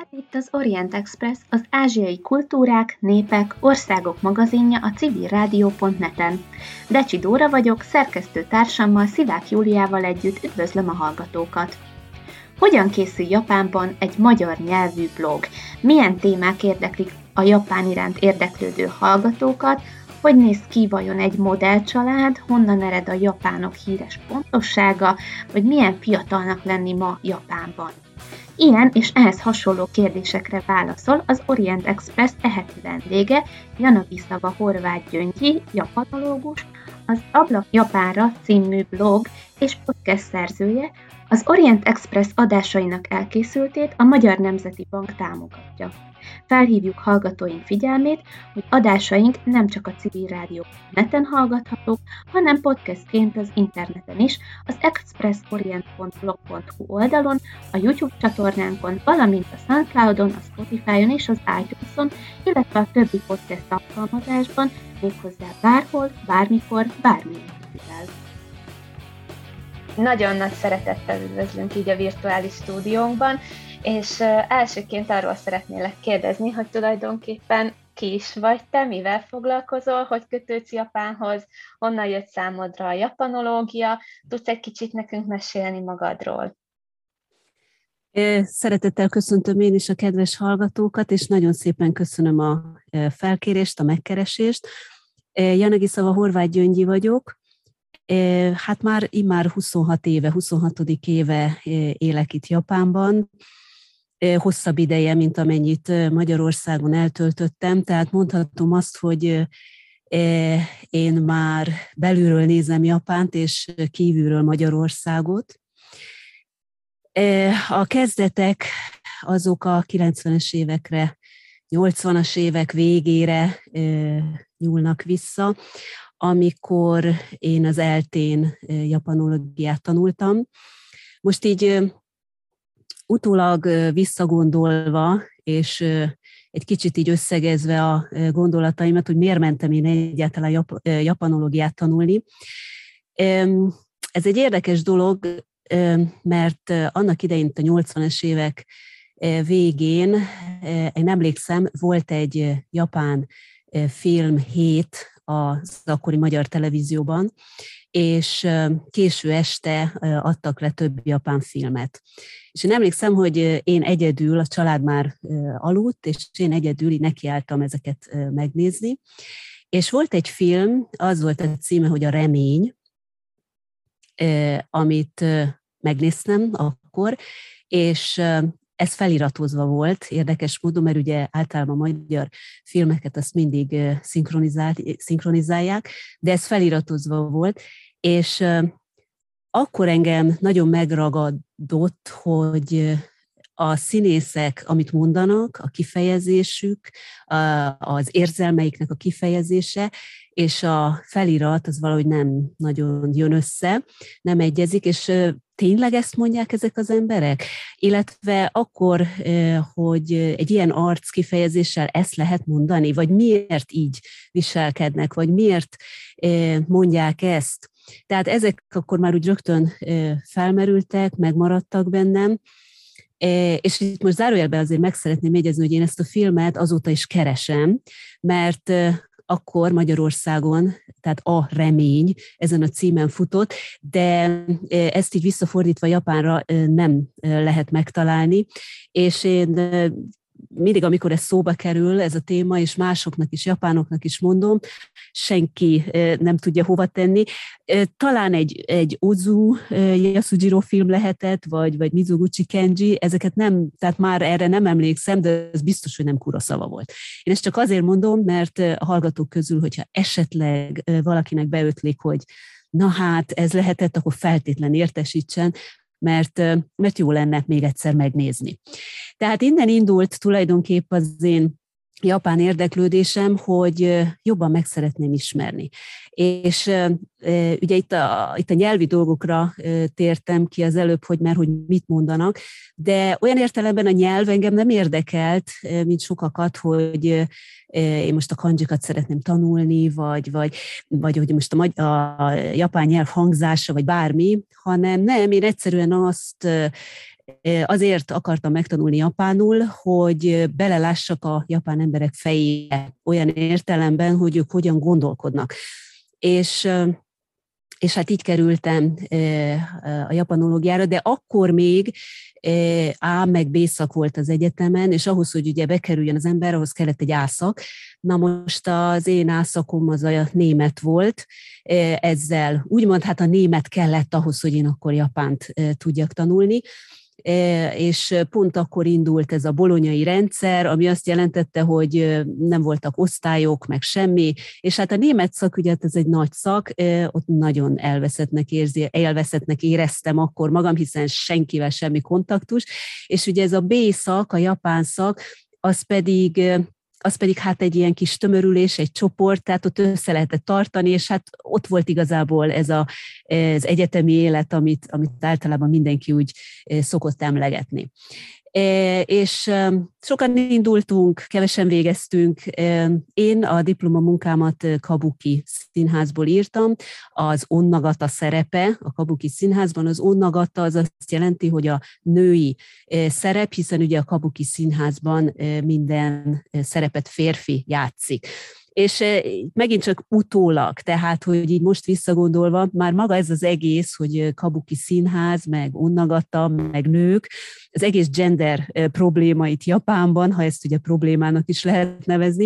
Ez itt az Orient Express, az ázsiai kultúrák, népek, országok magazinja a civilrádió.net-en. Decsi Dóra vagyok, szerkesztő társammal, Szivák Júliával együtt üdvözlöm a hallgatókat. Hogyan készül Japánban egy magyar nyelvű blog? Milyen témák érdeklik a Japán iránt érdeklődő hallgatókat? Hogy néz ki vajon egy modellcsalád? Honnan ered a japánok híres pontossága? Vagy milyen fiatalnak lenni ma Japánban? Ilyen és ehhez hasonló kérdésekre válaszol az Orient Express eheti vendége, Janagiszava Horváth Gyöngyi, japanológus, az Ablak Japánra című blog és podcast szerzője. Az Orient Express adásainak elkészültét a Magyar Nemzeti Bank támogatja. Felhívjuk hallgatóink figyelmét, hogy adásaink nem csak a civilrádió.net-en hallgathatók, hanem podcastként az interneten is, az expressorient.blog.hu oldalon, a YouTube csatornánkon, valamint a Soundcloudon, a Spotify-on és az iTunes-on, illetve a többi podcast alkalmazásban, méghozzá bárhol, bármikor, bármilyen. Nagyon nagy szeretettel üdvözlünk így a virtuális stúdiónkban, és elsőként arról szeretnélek kérdezni, hogy tulajdonképpen ki is vagy te, mivel foglalkozol, hogy kötődsz Japánhoz, honnan jött számodra a japanológia, tudsz egy kicsit nekünk mesélni magadról? Szeretettel köszöntöm én is a kedves hallgatókat, és nagyon szépen köszönöm a felkérést, a megkeresést. Janagiszava Horváth Gyöngyi vagyok. Hát már 26 éve élek itt Japánban, hosszabb ideje, mint amennyit Magyarországon eltöltöttem, tehát mondhatom azt, hogy én már belülről nézem Japánt, és kívülről Magyarországot. A kezdetek azok a 90-es évekre, 80-as évek végére nyúlnak vissza, amikor én az ELTE-n japanológiát tanultam. Most így utólag visszagondolva, és egy kicsit így összegezve a gondolataimat, hogy miért mentem én egyáltalán japanológiát tanulni. Ez egy érdekes dolog, mert annak idején a 80-es évek végén, én emlékszem, volt egy japán filmhét az akkori magyar televízióban, és késő este adtak le több japán filmet. És én emlékszem, hogy én egyedül, a család már aludt, és én egyedül így nekiálltam ezeket megnézni. És volt egy film, az volt a címe, hogy A Remény, amit megnéztem akkor, és ez feliratozva volt, érdekes módon, mert ugye általában a magyar filmeket azt mindig szinkronizálják, de ez feliratozva volt, és akkor engem nagyon megragadott, hogy a színészek, amit mondanak, a kifejezésük, az érzelmeiknek a kifejezése, és a felirat az valahogy nem nagyon jön össze, nem egyezik, és tényleg ezt mondják ezek az emberek? Illetve akkor, hogy egy ilyen arc kifejezéssel ezt lehet mondani, vagy miért így viselkednek, vagy miért mondják ezt? Tehát ezek akkor már úgy rögtön felmerültek, megmaradtak bennem, és itt most zárójelben azért meg szeretném jegyezni, hogy én ezt a filmet azóta is keresem, mert akkor Magyarországon, tehát A Remény ezen a címen futott, de ezt így visszafordítva Japánra nem lehet megtalálni, és én mindig, amikor ez szóba kerül, ez a téma, és másoknak is, japánoknak is mondom, senki nem tudja hova tenni. Talán egy Ozu Yasujiro film lehetett, vagy Mizoguchi Kenji, ezeket nem, tehát már erre nem emlékszem, de ez biztos, hogy nem Kurosawa volt. Én ezt csak azért mondom, mert a hallgatók közül, hogyha esetleg valakinek beötlik, hogy na hát, ez lehetett, akkor feltétlen értesítsen, mert jó lenne még egyszer megnézni. Tehát innen indult tulajdonképp az én japán érdeklődésem, hogy jobban meg szeretném ismerni. És ugye itt a nyelvi dolgokra tértem ki az előbb, hogy mit mondanak, de olyan értelemben a nyelv engem nem érdekelt, mint sokakat, hogy én most a kanjikat szeretném tanulni, vagy hogy most a japán nyelv hangzása, vagy bármi, hanem nem, én egyszerűen azt azért akartam megtanulni japánul, hogy belelássak a japán emberek fejébe olyan értelemben, hogy ők hogyan gondolkodnak. És hát így kerültem a japanológiára, de akkor még A meg B szak volt az egyetemen, és ahhoz, hogy ugye bekerüljön az ember, ahhoz kellett egy A szak. Na most az én A szakom az a német volt, ezzel úgymond hát a német kellett ahhoz, hogy én akkor japánt tudjak tanulni, és pont akkor indult ez a bolonyai rendszer, ami azt jelentette, hogy nem voltak osztályok, meg semmi, és hát a német szak, ugye ez egy nagy szak, ott nagyon elveszettnek éreztem akkor magam, hiszen senkivel semmi kontaktus, és ugye ez a B szak, a japán szak, az pedig hát egy ilyen kis tömörülés, egy csoport, tehát ott össze lehetett tartani, és hát ott volt igazából ez az egyetemi élet, amit általában mindenki úgy szokott emlegetni. És sokan indultunk, kevesen végeztünk. Én a diplomamunkámat Kabuki Színházból írtam. Az onnagata szerepe a Kabuki Színházban, az onnagata az azt jelenti, hogy a női szerep, hiszen ugye a Kabuki Színházban minden szerepet férfi játszik. És megint csak utólag, tehát, hogy így most visszagondolva, már maga ez az egész, hogy Kabuki Színház, meg onnagata, meg nők, az egész gender probléma itt Japánban, ha ezt ugye problémának is lehet nevezni,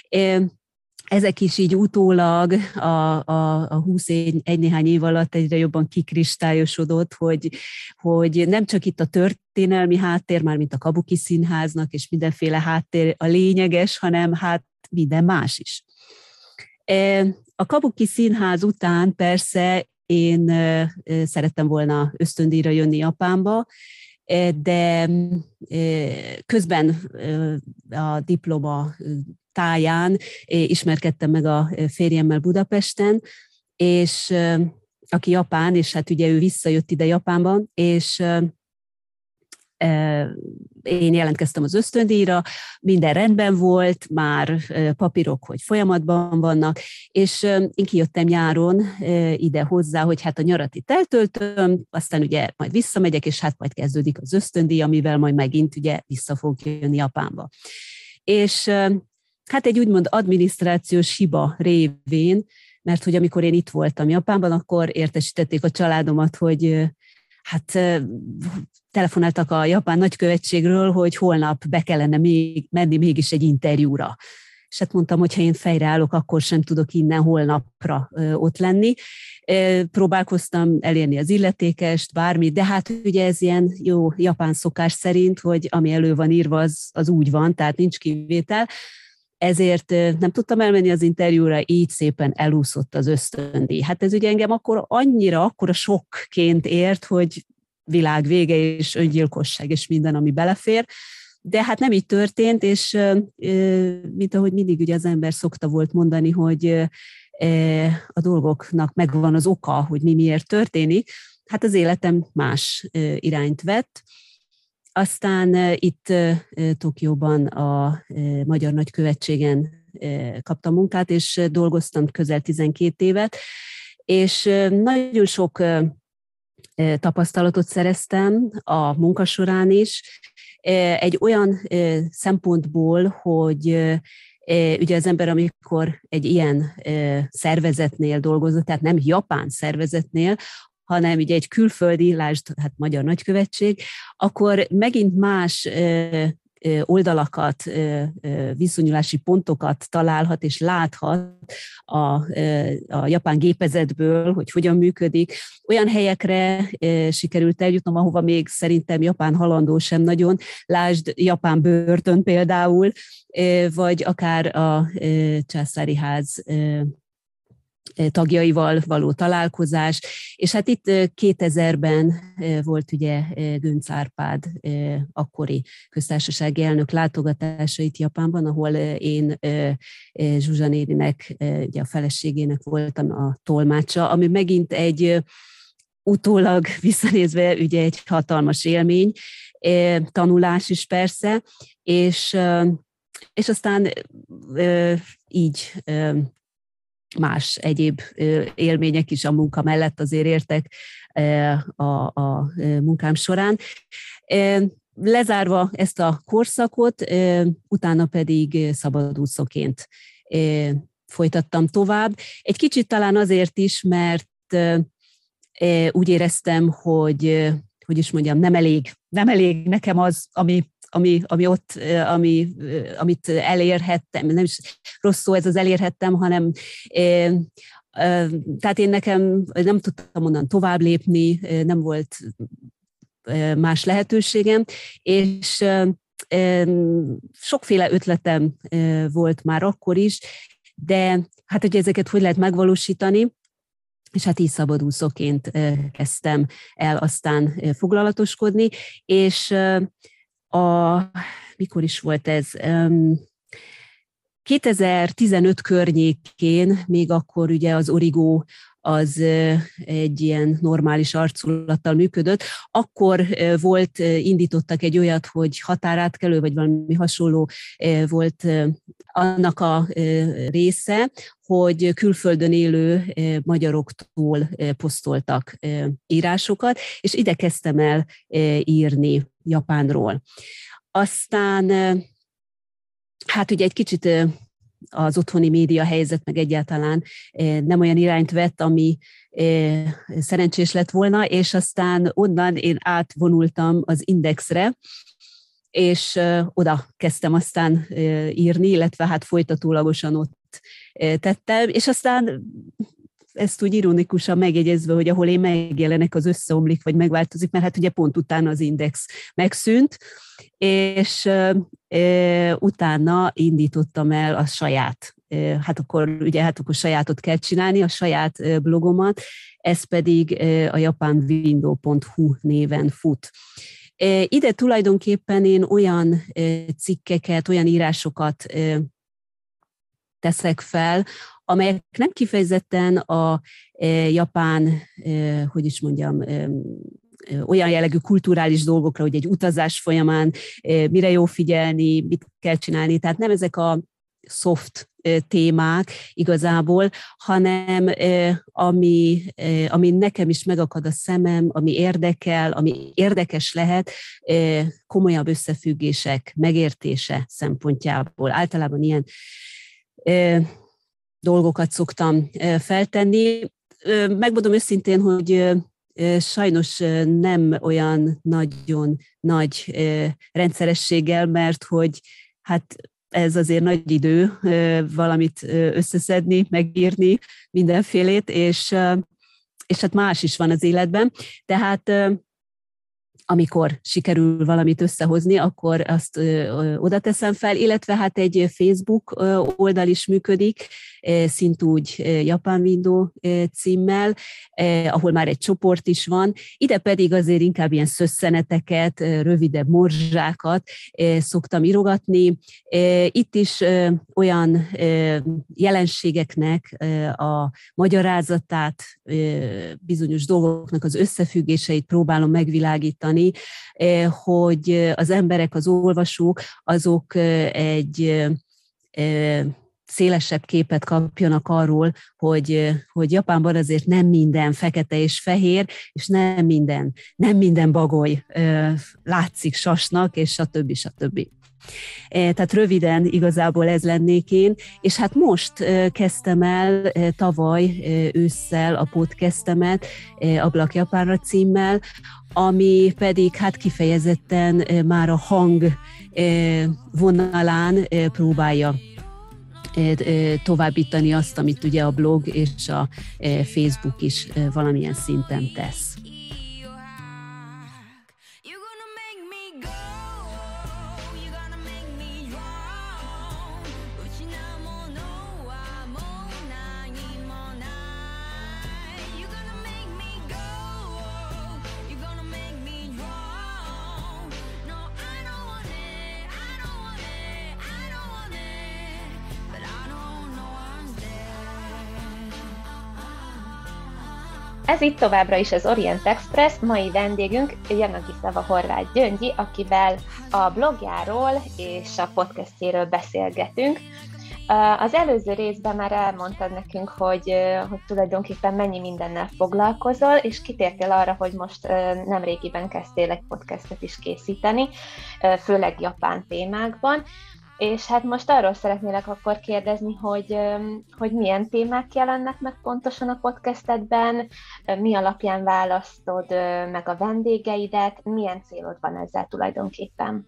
ezek is így utólag a 21 néhány év alatt egyre jobban kikristályosodott, hogy nem csak itt a történelmi háttér, már mint a Kabuki Színháznak, és mindenféle háttér a lényeges, hanem hát minden más is. A Kabuki Színház után persze én szerettem volna ösztöndíjra jönni Japánba, de közben a diploma táján ismerkedtem meg a férjemmel Budapesten, és aki japán, és hát ugye ő visszajött ide Japánba, és én jelentkeztem az ösztöndíjra, minden rendben volt, már papírok, hogy folyamatban vannak, és én kijöttem nyáron ide hozzá, hogy hát a nyarat itt eltöltöm, aztán ugye majd visszamegyek, és hát majd kezdődik az ösztöndíj, amivel majd megint ugye vissza fog jönni Japánba. És hát egy úgymond adminisztrációs hiba révén, mert hogy amikor én itt voltam Japánban, akkor értesítették a családomat, hogy hát telefonáltak a japán nagykövetségről, hogy holnap be kellene menni mégis egy interjúra. És hát mondtam, hogy ha én fejreállok, akkor sem tudok innen holnapra ott lenni. Próbálkoztam elérni az illetékest, bármit, de hát ugye ez ilyen jó japán szokás szerint, hogy ami elő van írva, az úgy van, tehát nincs kivétel. Ezért nem tudtam elmenni az interjúra, így szépen elúszott az ösztöndíj. Hát ez ugye engem akkor akkora sokként ért, hogy világ vége és öngyilkosság és minden, ami belefér. De hát nem így történt, és mint ahogy mindig ugye az ember szokta volt mondani, hogy a dolgoknak megvan az oka, hogy mi miért történik, hát az életem más irányt vett. Aztán itt Tokióban a Magyar Nagykövetségen kaptam munkát, és dolgoztam közel 12 évet, és nagyon sok tapasztalatot szereztem a munka során is, egy olyan szempontból, hogy ugye az ember, amikor egy ilyen szervezetnél dolgozott, tehát nem japán szervezetnél, hanem ugye egy külföldi, lásd, hát Magyar Nagykövetség, akkor megint más oldalakat, viszonyulási pontokat találhat és láthat a japán gépezetből, hogy hogyan működik. Olyan helyekre sikerült eljutnom, ahova még szerintem japán halandó sem nagyon, lásd japán börtön például, vagy akár a császári ház tagjaival való találkozás, és hát itt 2000-ben volt ugye Göncz Árpád akkori köztársasági elnök látogatása itt Japánban, ahol én Zsuzsa néninek, ugye a feleségének voltam a tolmácsa, ami megint egy utólag visszanézve ugye egy hatalmas élmény, tanulás is persze, és aztán így más egyéb élmények is a munka mellett azért értek a munkám során. Lezárva ezt a korszakot, utána pedig szabadúszóként folytattam tovább. Egy kicsit talán azért is, mert úgy éreztem, hogy is mondjam, nem elég nekem az, ami ott, amit elérhettem, nem is rossz szó ez az elérhettem, hanem tehát én nekem nem tudtam onnan tovább lépni, nem volt más lehetőségem, és sokféle ötletem volt már akkor is, de hát, hogy ezeket hogy lehet megvalósítani, és hát így szabadúszóként kezdtem el aztán foglalatoskodni, és mikor is volt ez? 2015 környékén, még akkor ugye az Origo az egy ilyen normális arculattal működött, akkor indítottak egy olyat, hogy határátkelő, vagy valami hasonló volt annak a része, hogy külföldön élő magyaroktól posztoltak írásokat, és ide kezdtem el írni Japánról. Aztán hát ugye egy kicsit az otthoni média helyzet meg egyáltalán nem olyan irányt vett, ami szerencsés lett volna, és aztán onnan én átvonultam az Indexre, és oda kezdtem aztán írni, illetve hát folytatólagosan ott tettem, és aztán ezt úgy ironikusan megjegyezve, hogy ahol én megjelenek, az összeomlik, vagy megváltozik, mert hát ugye pont utána az Index megszűnt, és utána indítottam el a saját, hát akkor sajátot kell csinálni, a saját blogomat, ez pedig a japanwindow.hu néven fut. Ide tulajdonképpen én olyan cikkeket, olyan írásokat teszek fel, amelyek nem kifejezetten a japán, olyan jellegű kulturális dolgokra, hogy egy utazás folyamán mire jó figyelni, mit kell csinálni, tehát nem ezek a soft témák igazából, hanem ami nekem is megakad a szemem, ami érdekel, ami érdekes lehet, komolyabb összefüggések megértése szempontjából. Általában ilyen dolgokat szoktam feltenni. Megmondom őszintén, hogy sajnos nem olyan nagyon nagy rendszerességgel, mert hogy hát ez azért nagy idő valamit összeszedni, megírni mindenfélét, és hát más is van az életben. Tehát amikor sikerül valamit összehozni, akkor azt oda teszem fel, illetve hát egy Facebook oldal is működik, szintúgy Japan Window címmel, ahol már egy csoport is van. Ide pedig azért inkább ilyen szösszeneteket, rövidebb morzsákat szoktam írogatni. Itt is olyan jelenségeknek a magyarázatát, bizonyos dolgoknak az összefüggéseit próbálom megvilágítani, hogy az emberek, az olvasók, azok egy szélesebb képet kapjanak arról, hogy Japánban azért nem minden fekete és fehér, és nem minden bagoly látszik sasnak, és stb. Tehát röviden igazából ez lennék én, és hát most kezdtem el tavaly ősszel a podcastemet, Ablak Japánra címmel, ami pedig hát kifejezetten már a hang vonalán próbálja továbbítani azt, amit ugye a blog és a Facebook is valamilyen szinten tesz. Ez itt továbbra is az Orient Express, mai vendégünk Janagisawa Horváth Gyöngyi, akivel a blogjáról és a podcastjéről beszélgetünk. Az előző részben már elmondtad nekünk, hogy tulajdonképpen mennyi mindennel foglalkozol, és kitértél arra, hogy most nemrégiben kezdtél egy podcastet is készíteni, főleg japán témákban, és hát most arról szeretnélek akkor kérdezni, hogy milyen témák jelennek meg pontosan a podcastedben, mi alapján választod meg a vendégeidet, milyen célod van ezzel tulajdonképpen?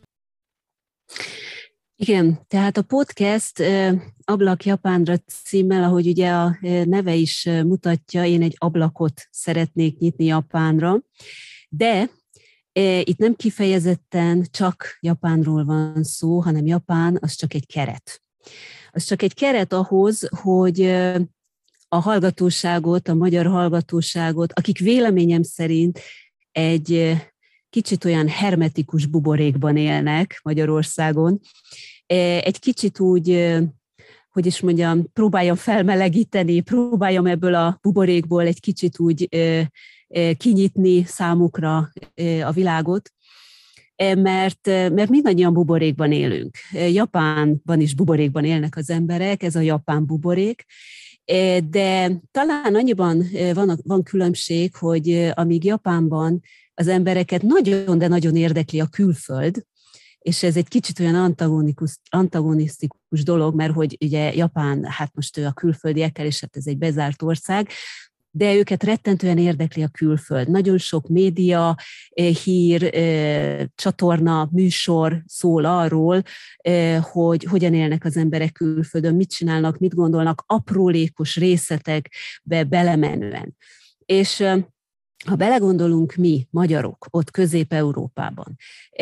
Igen, tehát a podcast Ablak Japánra címmel, ahogy ugye a neve is mutatja, én egy ablakot szeretnék nyitni Japánra, de itt nem kifejezetten csak Japánról van szó, hanem Japán az csak egy keret. Az csak egy keret ahhoz, hogy a hallgatóságot, a magyar hallgatóságot, akik véleményem szerint egy kicsit olyan hermetikus buborékban élnek Magyarországon, egy kicsit úgy, hogy is mondjam, próbáljam felmelegíteni, próbáljam ebből a buborékból egy kicsit úgy kinyitni számukra a világot, mert mindannyian buborékban élünk. Japánban is buborékban élnek az emberek, ez a japán buborék, de talán annyiban van különbség, hogy amíg Japánban az embereket nagyon, de nagyon érdekli a külföld, és ez egy kicsit olyan antagonisztikus dolog, mert hogy ugye Japán, hát most ő a külföldiekkel, és hát ez egy bezárt ország, de őket rettentően érdekli a külföld. Nagyon sok média, hír, csatorna, műsor szól arról, hogy hogyan élnek az emberek külföldön, mit csinálnak, mit gondolnak, aprólékos részletekbe belemenően. És ha belegondolunk mi, magyarok, ott Közép-Európában,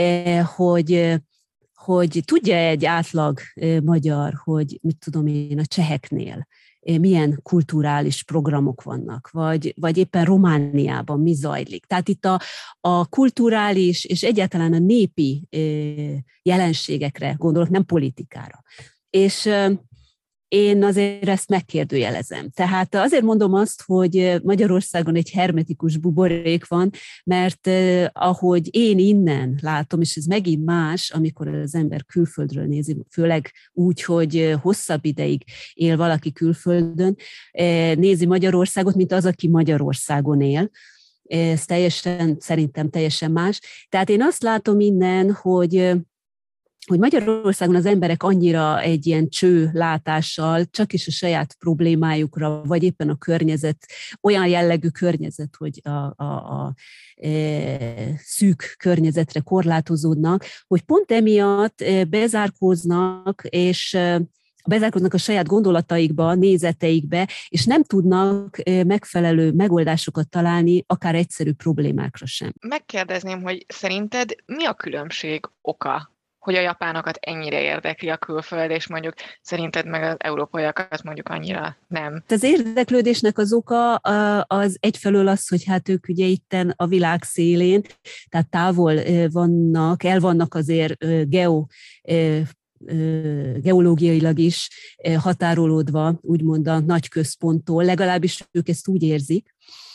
hogy tudja egy átlag magyar, hogy mit tudom én, a cseheknél milyen kulturális programok vannak, vagy éppen Romániában mi zajlik. Tehát itt a kulturális és egyáltalán a népi jelenségekre gondolok, nem politikára. És én azért ezt megkérdőjelezem. Tehát azért mondom azt, hogy Magyarországon egy hermetikus buborék van, mert ahogy én innen látom, és ez megint más, amikor az ember külföldről nézi, főleg úgy, hogy hosszabb ideig él valaki külföldön, nézi Magyarországot, mint az, aki Magyarországon él. Ez szerintem teljesen más. Tehát én azt látom innen, hogy Magyarországon az emberek annyira egy ilyen csőlátással, csak is a saját problémájukra, vagy éppen a környezet, olyan jellegű környezet, hogy a szűk környezetre korlátozódnak, hogy pont emiatt bezárkóznak a saját gondolataikba, nézeteikbe, és nem tudnak megfelelő megoldásokat találni, akár egyszerű problémákra sem. Megkérdezném, hogy szerinted mi a különbség oka, hogy a japánokat ennyire érdekli a külföld, és mondjuk szerinted meg az európaiakat mondjuk annyira nem? Az érdeklődésnek az oka az egyfelől az, hogy hát ők ugye itten a világ szélén, tehát távol el vannak azért geológiailag is határolódva, úgymond a nagy központtól, legalábbis ők ezt úgy érzik.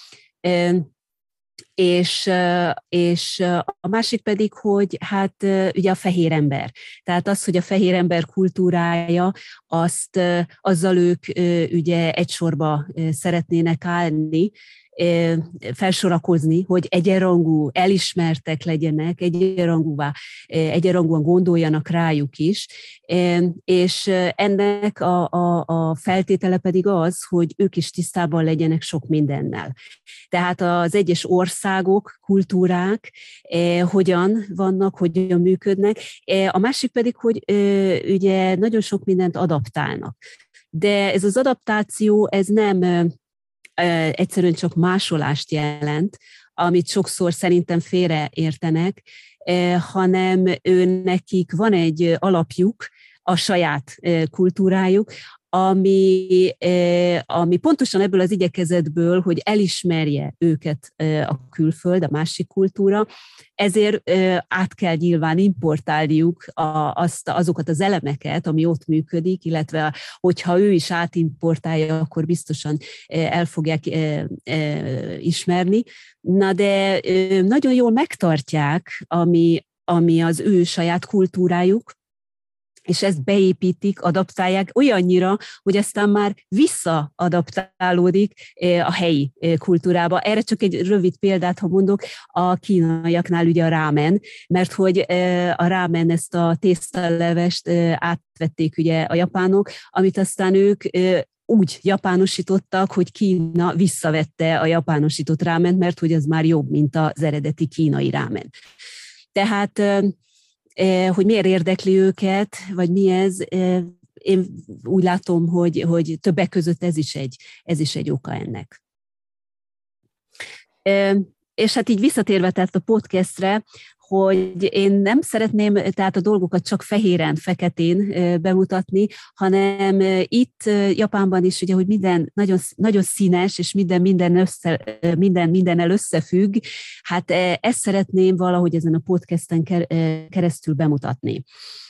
És a másik pedig, hogy hát ugye a fehér ember. Tehát az, hogy a fehér ember kultúrája, azzal ők ugye egy sorba szeretnének állni, felsorakozni, hogy egyenrangú elismertek legyenek, egyenrangúan gondoljanak rájuk is, és ennek a feltétele pedig az, hogy ők is tisztában legyenek sok mindennel. Tehát az egyes országok, kultúrák hogyan vannak, hogyan működnek, a másik pedig, hogy ugye nagyon sok mindent adaptálnak. De ez az adaptáció, ez nem egyszerűen csak másolást jelent, amit sokszor szerintem félreértenek, hanem nekik van egy alapjuk, a saját kultúrájuk, ami pontosan ebből az igyekezetből, hogy elismerje őket a külföld, a másik kultúra, ezért át kell nyilván importálniuk azokat az elemeket, ami ott működik, illetve hogyha ő is átimportálja, akkor biztosan el fogják ismerni. Na de nagyon jól megtartják, ami az ő saját kultúrájuk, és ezt beépítik, adaptálják olyannyira, hogy aztán már visszaadaptálódik a helyi kultúrába. Erre csak egy rövid példát, ha mondok, a kínaiaknál ugye a rámen, mert hogy a rámen, ezt a tésztalevest átvették ugye a japánok, amit aztán ők úgy japánosítottak, hogy Kína visszavette a japánosított ráment, mert hogy az már jobb, mint az eredeti kínai rámen. Tehát hogy miért érdekli őket, vagy mi ez, én úgy látom, hogy többek között ez is egy oka ennek. És hát így visszatérve tehát a podcastre, hogy én nem szeretném tehát a dolgokat csak fehéren, feketén bemutatni, hanem itt Japánban is, ugye, hogy minden nagyon, nagyon színes, és mindennel összefügg, hát ezt szeretném valahogy ezen a podcasten keresztül bemutatni.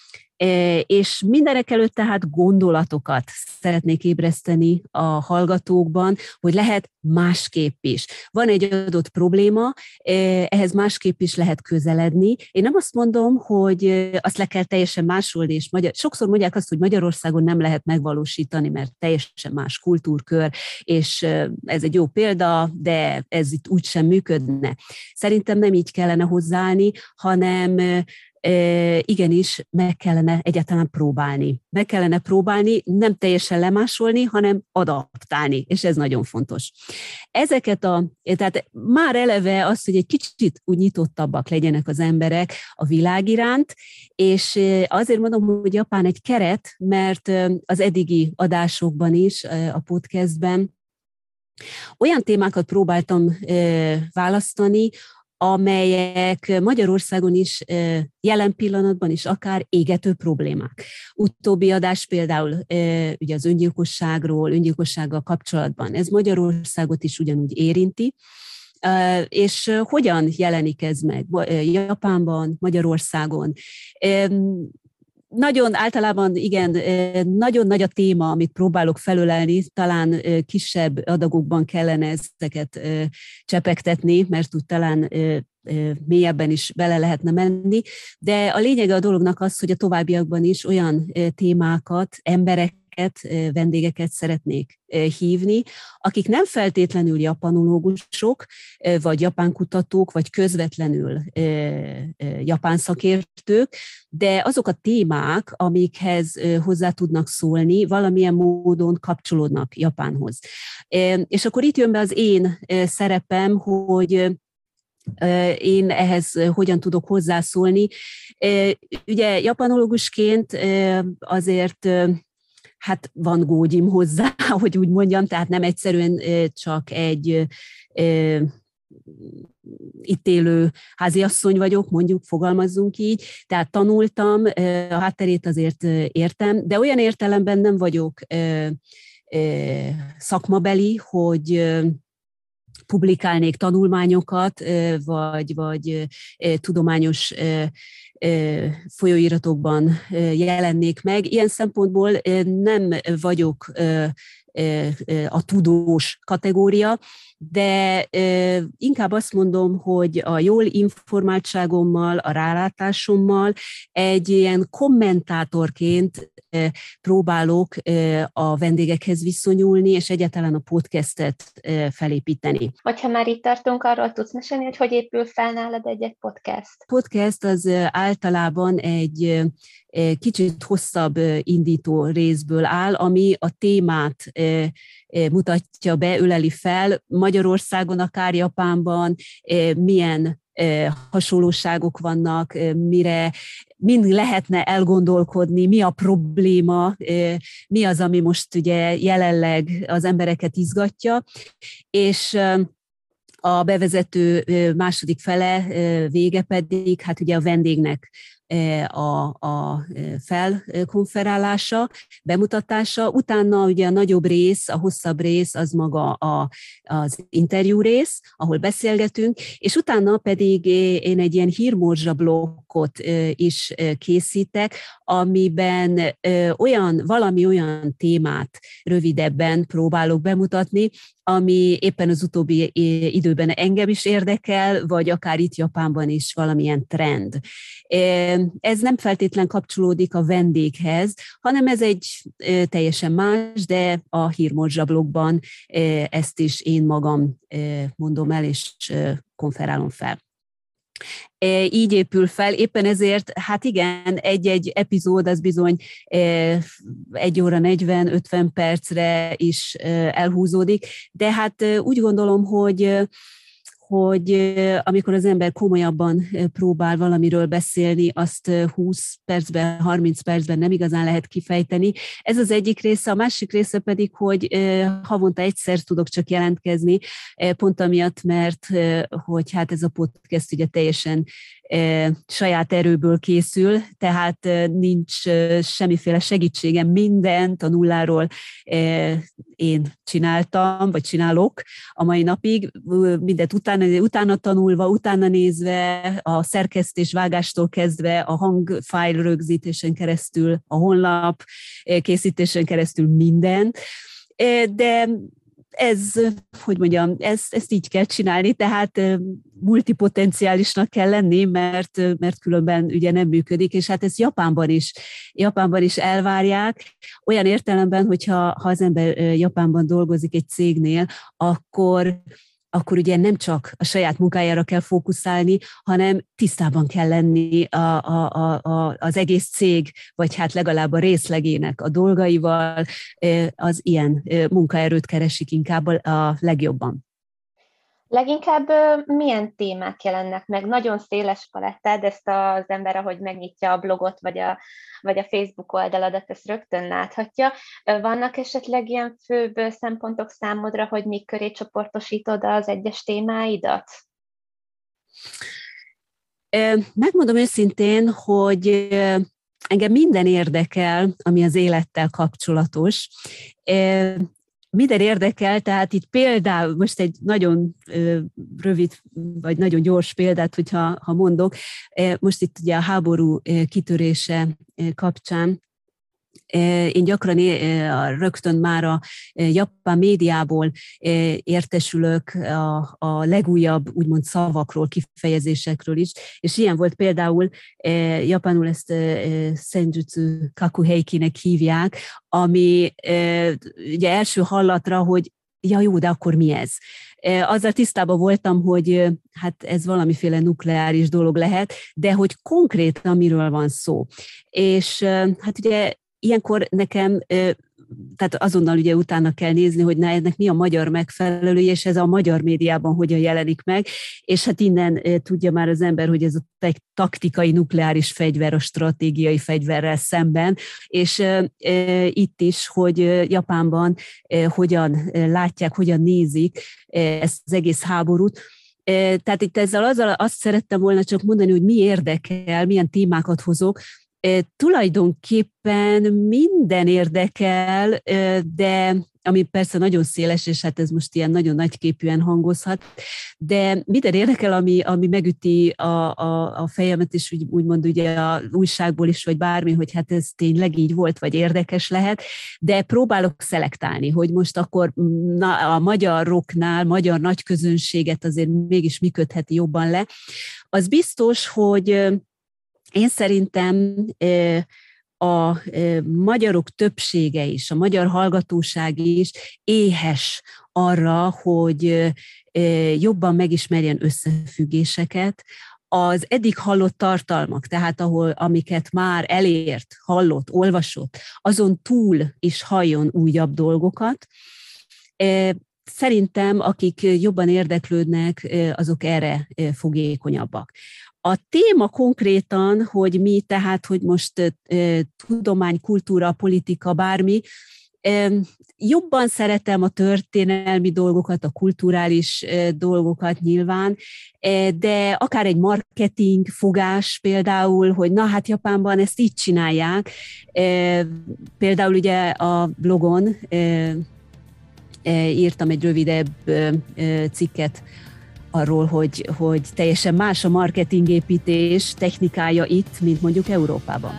És mindenek előtt tehát gondolatokat szeretnék ébreszteni a hallgatókban, hogy lehet másképp is. Van egy adott probléma, ehhez másképp is lehet közeledni. Én nem azt mondom, hogy azt le kell teljesen másolni, és sokszor mondják azt, hogy Magyarországon nem lehet megvalósítani, mert teljesen más kultúrkör, és ez egy jó példa, de ez itt úgysem működne. Szerintem nem így kellene hozzáállni, hanem igenis meg kellene egyáltalán próbálni. Meg kellene próbálni, nem teljesen lemásolni, hanem adaptálni, és ez nagyon fontos. Tehát már eleve az, hogy egy kicsit úgy nyitottabbak legyenek az emberek a világ iránt, és azért mondom, hogy Japán egy keret, mert az eddigi adásokban is, a podcastben olyan témákat próbáltam választani, amelyek Magyarországon is jelen pillanatban is akár égető problémák. Utóbbi adás például ugye az öngyilkossággal kapcsolatban. Ez Magyarországot is ugyanúgy érinti, és hogyan jelenik ez meg Japánban, Magyarországon? Nagyon általában, igen, nagyon nagy a téma, amit próbálok felölelni, talán kisebb adagokban kellene ezeket csepegtetni, mert úgy talán mélyebben is bele lehetne menni, de a lényege a dolognak az, hogy a továbbiakban is olyan témákat, vendégeket szeretnék hívni, akik nem feltétlenül japanológusok, vagy japánkutatók, vagy közvetlenül japán szakértők, de azok a témák, amikhez hozzá tudnak szólni, valamilyen módon kapcsolódnak Japánhoz. És akkor itt jön be az én szerepem, hogy én ehhez hogyan tudok hozzászólni. Ugye japanológusként azért hát van gógyim hozzá, hogy úgy mondjam, tehát nem egyszerűen csak egy itt élő háziasszony vagyok, mondjuk, fogalmazzunk így, tehát tanultam, a hátterét azért értem, de olyan értelemben nem vagyok szakmabeli, hogy publikálnék tanulmányokat, vagy tudományos folyóiratokban jelennék meg. Ilyen szempontból nem vagyok a tudós kategória, de inkább azt mondom, hogy a jól informáltságommal, a rálátásommal egy ilyen kommentátorként próbálok a vendégekhez viszonyulni, és egyáltalán a podcastet felépíteni. Hogyha már itt tartunk, arról tudsz mesélni, hogy épül fel nálad egy podcast? Podcast az általában egy kicsit hosszabb indító részből áll, ami a témát mutatja be, öleli fel. Magyarországon, akár Japánban milyen hasonlóságok vannak, mire mind lehetne elgondolkodni, mi a probléma, mi az, ami most ugye jelenleg az embereket izgatja, és a bevezető második fele, vége pedig, hát ugye a vendégnek a felkonferálása, bemutatása, utána ugye a nagyobb rész, a hosszabb rész az maga az interjú rész, ahol beszélgetünk, és utána pedig én egy ilyen hírmorzsa blokkot is készítek, amiben valami olyan témát rövidebben próbálok bemutatni, ami éppen az utóbbi időben engem is érdekel, vagy akár itt Japánban is valamilyen trend. Ez nem feltétlen kapcsolódik a vendéghez, hanem ez egy teljesen más, de a hírmorzsablogban ezt is én magam mondom el, és konferálom fel. Így épül fel, éppen ezért, hát igen, egy-egy epizód az bizony 1 óra 40-50 percre is elhúzódik, de hát úgy gondolom, hogy amikor az ember komolyabban próbál valamiről beszélni, azt 20 percben, 30 percben nem igazán lehet kifejteni. Ez az egyik része, a másik része pedig, hogy havonta egyszer tudok csak jelentkezni, pont amiatt, mert hogy hát ez a podcast ugye teljesen saját erőből készül, tehát nincs semmiféle segítségem, mindent a nulláról én csináltam, vagy csinálok a mai napig, mindent utána tanulva, utána nézve, a szerkesztés vágástól kezdve, a hangfájl rögzítésen keresztül, a honlap készítésen keresztül minden, de ez, hogy mondjam, ezt így kell csinálni, tehát multipotenciálisnak kell lenni, mert különben ugye nem működik, és hát ezt Japánban is elvárják, olyan értelemben, hogyha az ember Japánban dolgozik egy cégnél, akkor ugye nem csak a saját munkájára kell fókuszálni, hanem tisztában kell lenni az egész cég, vagy hát legalább a részlegének a dolgaival, az ilyen munkaerőt keresik inkább a legjobban. Leginkább milyen témák jelennek meg? Nagyon széles palettád, ezt az ember, ahogy megnyitja a blogot, vagy a Facebook oldaladat, ezt rögtön láthatja. Vannak esetleg ilyen főbb szempontok számodra, hogy mik köré csoportosítod az egyes témáidat? Megmondom őszintén, hogy engem minden érdekel, ami az élettel kapcsolatos. Minden érdekel, tehát itt például, most egy nagyon rövid, vagy nagyon gyors példát, hogyha mondok, most itt ugye a háború kitörése kapcsán, én gyakran rögtön már a japán médiából értesülök a legújabb úgymond szavakról, kifejezésekről is, és ilyen volt például, japánul ezt Senjutsu Kakuheikinek hívják, ami ugye első hallatra, hogy ja jó, de akkor mi ez? Azzal tisztában voltam, hogy hát ez valamiféle nukleáris dolog lehet, de hogy konkrétan miről van szó. És hát ugye ilyenkor nekem, tehát azonnal ugye utána kell nézni, hogy na, ennek mi a magyar megfelelője, és ez a magyar médiában hogyan jelenik meg, és hát innen tudja már az ember, hogy ez egy taktikai nukleáris fegyver a stratégiai fegyverrel szemben, és itt is, hogy Japánban hogyan látják, hogyan nézik ezt az egész háborút. Tehát itt ezzel azt szerettem volna csak mondani, hogy mi érdekel, milyen témákat hozok. Tulajdonképpen minden érdekel, de ami persze nagyon széles, és hát ez most ilyen nagyon nagyképűen hangozhat, de minden érdekel, ami megüti a fejemet, és úgymond ugye a újságból is, vagy bármi, hogy hát ez tényleg így volt, vagy érdekes lehet, de próbálok szelektálni, hogy most akkor a magyar rocknál, magyar nagyközönséget azért mégis mi kötheti jobban le. Az biztos, hogy én szerintem a magyarok többsége is, a magyar hallgatóság is éhes arra, hogy jobban megismerjen összefüggéseket, az eddig hallott tartalmak, tehát amiket már elért, hallott, olvasott, azon túl is halljon újabb dolgokat. Szerintem, akik jobban érdeklődnek, azok erre fogékonyabbak. A téma konkrétan, hogy mi, tehát, hogy most tudomány, kultúra, politika, bármi, jobban szeretem a történelmi dolgokat, a kulturális dolgokat nyilván, de akár egy marketing fogás például, hogy na hát Japánban ezt így csinálják. Például ugye a blogon írtam egy rövidebb cikket arról, hogy teljesen más a marketingépítés technikája itt, mint mondjuk Európában.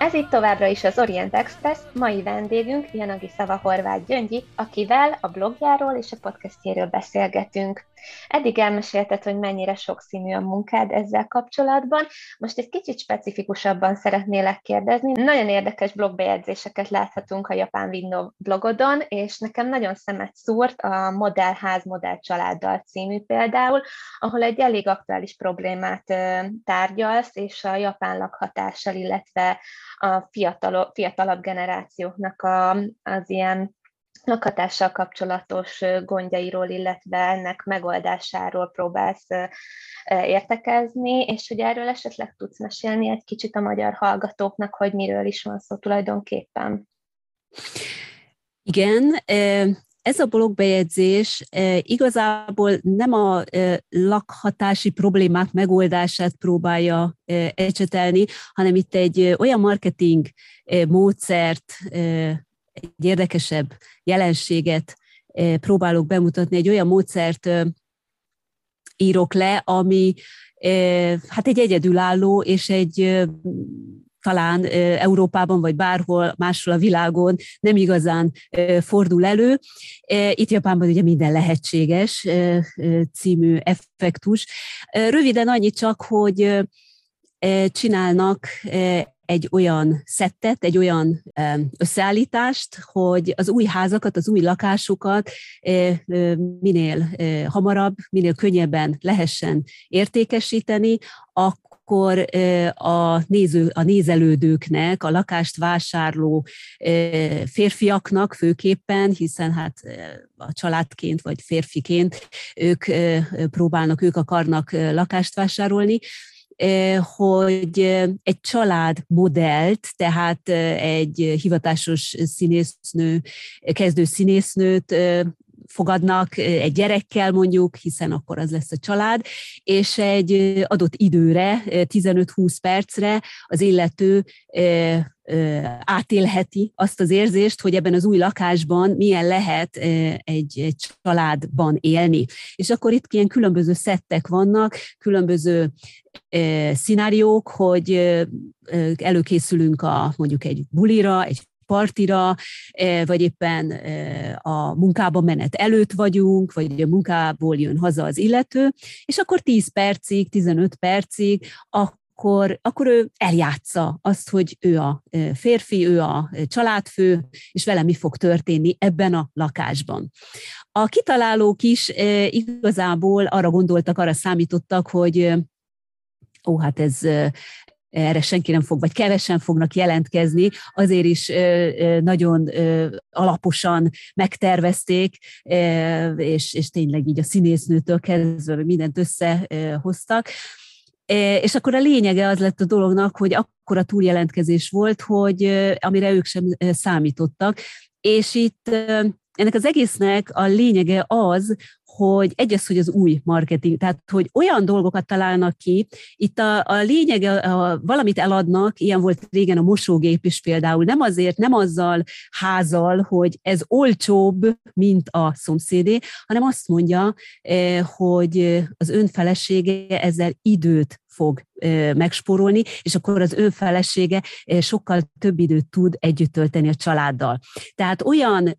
Ez itt továbbra is az Orient Express, mai vendégünk Janagiszava Horváth Gyöngyi, akivel a blogjáról és a podcastjéről beszélgetünk. Eddig elmesélted, hogy mennyire sokszínű a munkád ezzel kapcsolatban. Most egy kicsit specifikusabban szeretnélek kérdezni. Nagyon érdekes blogbejegyzéseket láthatunk a Japán Window blogodon, és nekem nagyon szemet szúrt a Modellház Modellcsaláddal című például, ahol egy elég aktuális problémát tárgyalsz, és a japán lakhatással, illetve a fiatalabb generációknak az ilyen lakhatással kapcsolatos gondjairól, illetve ennek megoldásáról próbálsz értekezni, és hogy erről esetleg tudsz mesélni egy kicsit a magyar hallgatóknak, hogy miről is van szó tulajdonképpen. Igen, ez a blogbejegyzés igazából nem a lakhatási problémák megoldását próbálja ecsetelni, hanem itt egy olyan marketing módszert, egy érdekesebb jelenséget próbálok bemutatni, egy olyan módszert írok le, ami hát egy egyedülálló, és egy talán Európában, vagy bárhol máshol a világon nem igazán fordul elő. Itt Japánban ugye minden lehetséges című effektus. Röviden annyit csak, hogy csinálnak egy olyan szettet, egy olyan összeállítást, hogy az új házakat, az új lakásokat minél hamarabb, minél könnyebben lehessen értékesíteni, akkor a nézelődőknek, a lakást vásárló férfiaknak főképpen, hiszen hát a családként vagy férfiként ők akarnak lakást vásárolni, hogy egy családmodellt, tehát egy hivatásos színésznő, kezdő színésznőt fogadnak egy gyerekkel mondjuk, hiszen akkor az lesz a család, és egy adott időre, 15-20 percre az illető átélheti azt az érzést, hogy ebben az új lakásban milyen lehet egy családban élni. És akkor itt ilyen különböző szettek vannak, különböző szenáriók, hogy előkészülünk mondjuk egy bulira, egy partira, vagy éppen a munkába menet előtt vagyunk, vagy a munkából jön haza az illető, és akkor 10 percig, 15 percig akkor ő eljátsza azt, hogy ő a férfi, ő a családfő, és vele mi fog történni ebben a lakásban. A kitalálók is igazából arra gondoltak, arra számítottak, hogy hát erre senki nem fog, vagy kevesen fognak jelentkezni, azért is nagyon alaposan megtervezték, és tényleg így a színésznőtől kezdve mindent összehoztak. És akkor a lényege az lett a dolognak, hogy akkora túljelentkezés volt, hogy amire ők sem számítottak, és itt ennek az egésznek a lényege az, hogy hogy az új marketing, tehát hogy olyan dolgokat találnak ki, itt a lényege, valamit eladnak, ilyen volt régen a mosógép is például, nem azzal házal, hogy ez olcsóbb, mint a szomszédé, hanem azt mondja, hogy az ön felesége ezzel időt fog megspórolni, és akkor az ő felesége sokkal több időt tud együtt tölteni a családdal. Tehát olyan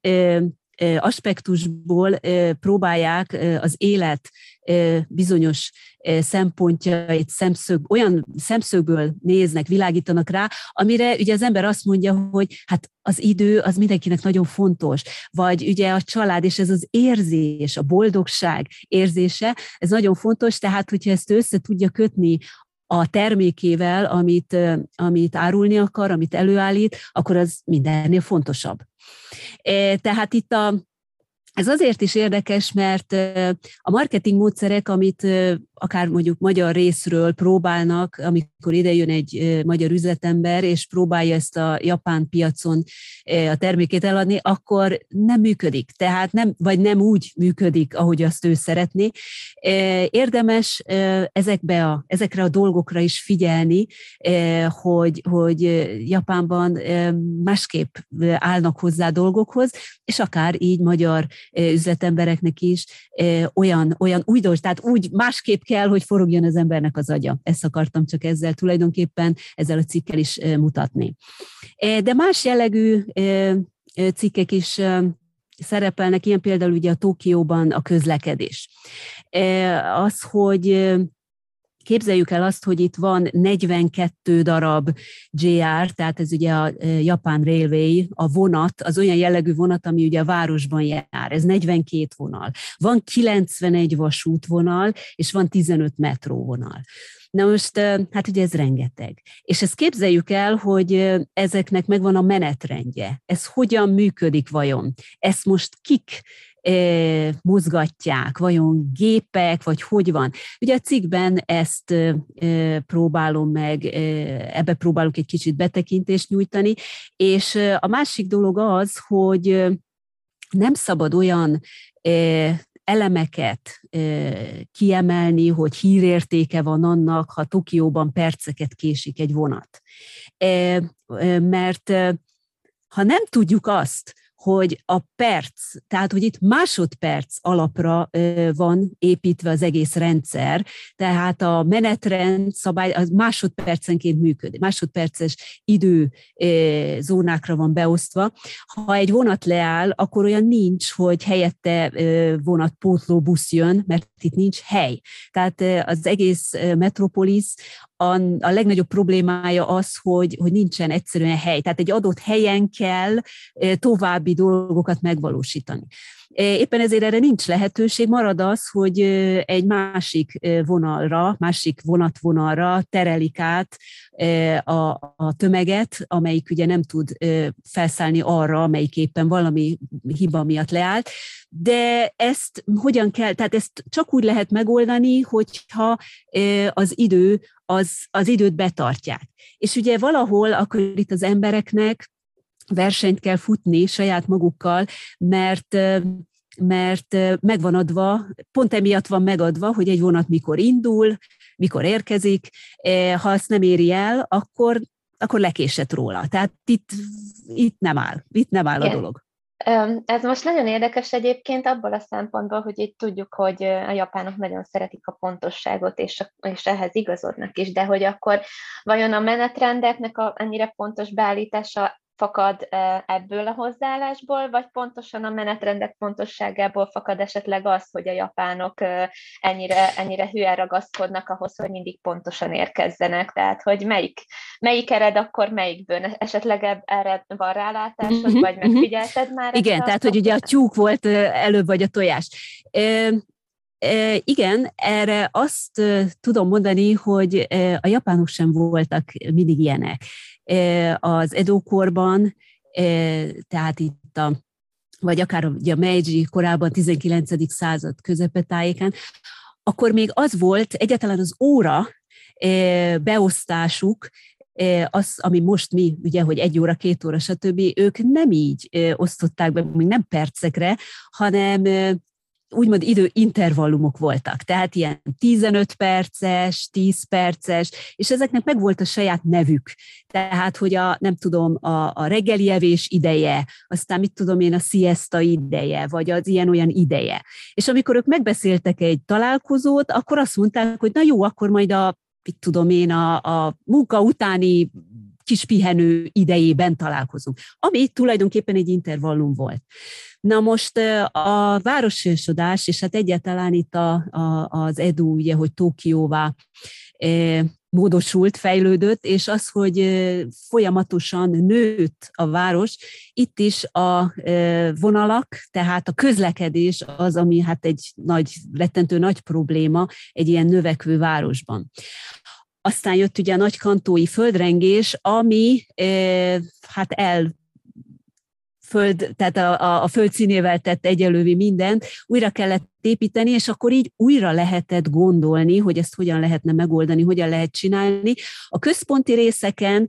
aspektusból próbálják az élet bizonyos szempontjait, olyan szemszögből néznek, világítanak rá, amire ugye az ember azt mondja, hogy hát az idő az mindenkinek nagyon fontos, vagy ugye a család, és ez az érzés, a boldogság érzése, ez nagyon fontos, tehát hogyha ezt össze tudja kötni a termékével, amit árulni akar, amit előállít, akkor az mindennél fontosabb. Tehát itt ez azért is érdekes, mert a marketing módszerek, amit akár mondjuk magyar részről próbálnak, amikor idejön egy magyar üzletember, és próbálja ezt a japán piacon a termékét eladni, akkor nem működik. Tehát nem úgy működik, ahogy azt ő szeretné. Érdemes ezekre a dolgokra is figyelni, hogy Japánban másképp állnak hozzá dolgokhoz, és akár így magyar üzletembereknek is olyan új dolgok, tehát úgy másképp kell, hogy forogjon az embernek az agya. Ezt akartam csak ezzel tulajdonképpen, ezzel a cikkel is mutatni. De más jellegű cikkek is szerepelnek, ilyen például ugye a Tokióban a közlekedés. Az, hogy képzeljük el azt, hogy itt van 42 darab JR, tehát ez ugye a Japan Railway, a vonat, az olyan jellegű vonat, ami ugye a városban jár, ez 42 vonal. Van 91 vasútvonal, és van 15 metróvonal. Na most, hát ugye ez rengeteg. És ezt képzeljük el, hogy ezeknek megvan a menetrendje. Ez hogyan működik vajon? Ezt most kik mozgatják, vajon gépek, vagy hogy van? Ugye a cikkben ezt próbálom meg, ebbe próbálok egy kicsit betekintést nyújtani, és a másik dolog az, hogy nem szabad olyan elemeket kiemelni, hogy hírértéke van annak, ha Tokióban perceket késik egy vonat. Mert ha nem tudjuk azt, hogy a perc, tehát hogy itt másodperc alapra van építve az egész rendszer, tehát a menetrend szabály az másodpercenként működik, másodperces időzónákra van beosztva. Ha egy vonat leáll, akkor olyan nincs, hogy helyette vonatpótló busz jön, mert itt nincs hely. Tehát az egész metropolis a legnagyobb problémája az, hogy nincsen egyszerűen hely. Tehát egy adott helyen kell további dolgokat megvalósítani. Éppen ezért erre nincs lehetőség, marad az, hogy egy másik vonalra, másik vonatvonalra terelik át a tömeget, amelyik ugye nem tud felszállni arra, amelyik éppen valami hiba miatt leállt. De ezt hogyan kell, tehát ezt csak úgy lehet megoldani, hogyha az időt betartják. És ugye valahol akkor itt az embereknek versenyt kell futni saját magukkal, mert megvan adva, pont emiatt van megadva, hogy egy vonat mikor indul, mikor érkezik, ha azt nem éri el, akkor lekésett róla. Tehát itt nem áll a dolog. Ez most nagyon érdekes egyébként abból a szempontból, hogy itt tudjuk, hogy a japánok nagyon szeretik a pontosságot, és ehhez igazodnak is, de hogy akkor vajon a menetrendeknek ennyire pontos beállítása fakad ebből a hozzáállásból, vagy pontosan a menetrendek pontosságából fakad esetleg az, hogy a japánok ennyire hülyen ragaszkodnak ahhoz, hogy mindig pontosan érkezzenek, tehát hogy melyik ered akkor melyikből? Esetleg erre van rálátásod, vagy megfigyelted már? Igen, tehát hogy ugye a tyúk volt előbb, vagy a tojás. Igen, erre azt tudom mondani, hogy a japánok sem voltak mindig ilyenek. Az Edo-korban, tehát itt vagy akár ugye a Meiji korában, 19. század közepetájéken, akkor még az volt egyáltalán az óra beosztásuk, az, ami most mi, ugye, hogy 1 óra, 2 óra, stb., ők nem így osztották be, még nem percekre, hanem úgymond időintervallumok voltak, tehát ilyen 15 perces, 10 perces, és ezeknek meg volt a saját nevük. Tehát, hogy a reggeli evés ideje, aztán mit tudom én, a siesta ideje, vagy az ilyen-olyan ideje. És amikor ők megbeszéltek egy találkozót, akkor azt mondták, hogy na jó, akkor majd a munka utáni kis pihenő idejében találkozunk, ami tulajdonképpen egy intervallum volt. Na most a várososodás, és hát egyáltalán itt az Edo, ugye, hogy Tokióvá módosult, fejlődött, és az, hogy folyamatosan nőtt a város, itt is a vonalak, tehát a közlekedés az, ami hát egy rettentő nagy probléma egy ilyen növekvő városban. Aztán jött ugye a nagy kantói földrengés, ami tehát a föld színével tett egyelővé mindent, újra kellett építeni, és akkor így újra lehetett gondolni, hogy ezt hogyan lehetne megoldani, hogyan lehet csinálni. A központi részeken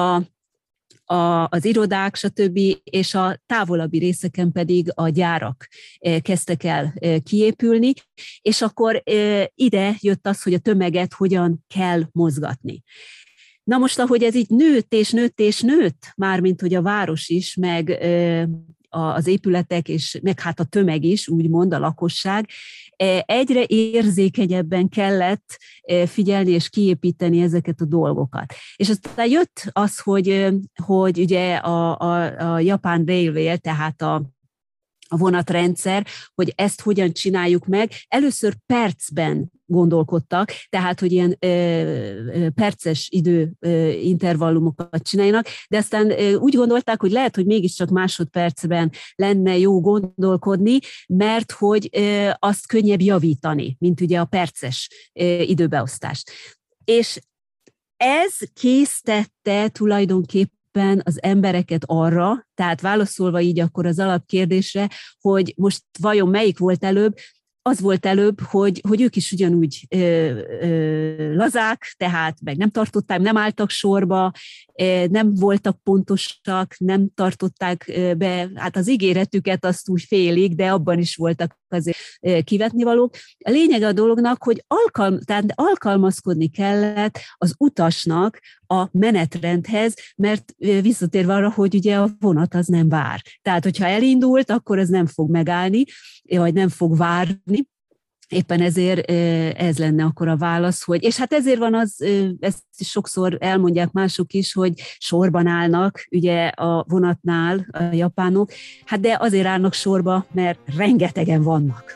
az irodák, stb., és a távolabbi részeken pedig a gyárak kezdtek el kiépülni, és akkor ide jött az, hogy a tömeget hogyan kell mozgatni. Na most, ahogy ez így nőtt, mármint hogy a város is, meg az épületek, és meg hát a tömeg is, úgymond a lakosság, egyre érzékenyebben kellett figyelni és kiépíteni ezeket a dolgokat. És aztán jött az, hogy ugye a Japan Railway, tehát a vonatrendszer, hogy ezt hogyan csináljuk meg. Először percben gondolkodtak, tehát, hogy ilyen perces időintervallumokat csináljanak, de aztán úgy gondolták, hogy lehet, hogy mégiscsak másodpercben lenne jó gondolkodni, mert hogy azt könnyebb javítani, mint ugye a perces időbeosztást. És ez késztette tulajdonképpen az embereket arra, tehát válaszolva így akkor az alapkérdésre, hogy most vajon melyik volt előbb, az volt előbb, hogy ők is ugyanúgy lazák, tehát meg nem tartották, nem álltak sorba, nem voltak pontosak, nem tartották be, hát az ígéretüket azt úgy félig, de abban is voltak azért kivetnivalók. A lényeg a dolognak, hogy tehát alkalmazkodni kellett az utasnak a menetrendhez, mert visszatérve arra, hogy ugye a vonat az nem vár. Tehát, hogyha elindult, akkor ez nem fog megállni, vagy nem fog várni. Éppen ezért ez lenne akkor a válasz, hogy, és hát ezért van az, ezt sokszor elmondják mások is, hogy sorban állnak ugye a vonatnál a japánok, hát de azért állnak sorba, mert rengetegen vannak.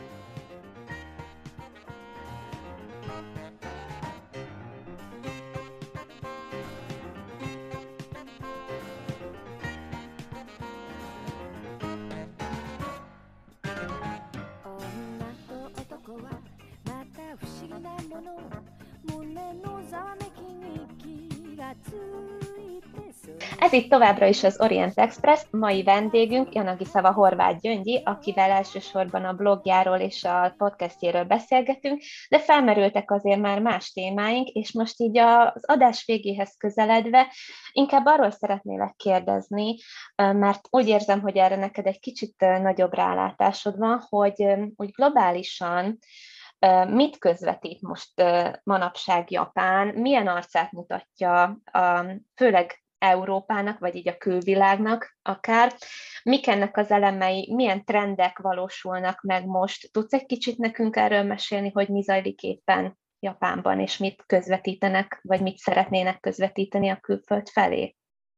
Ez itt továbbra is az Orient Express, mai vendégünk Janagiszava Horváth Gyöngyi, akivel elsősorban a blogjáról és a podcastjéről beszélgetünk, de felmerültek azért már más témáink, és most így az adás végéhez közeledve inkább arról szeretnélek kérdezni, mert úgy érzem, hogy erre neked egy kicsit nagyobb rálátásod van, hogy úgy globálisan mit közvetít most manapság Japán, milyen arcát mutatja főleg Európának, vagy így a külvilágnak akár, mik ennek az elemei, milyen trendek valósulnak meg most. Tudsz egy kicsit nekünk erről mesélni, hogy mi zajlik éppen Japánban, és mit közvetítenek, vagy mit szeretnének közvetíteni a külföld felé?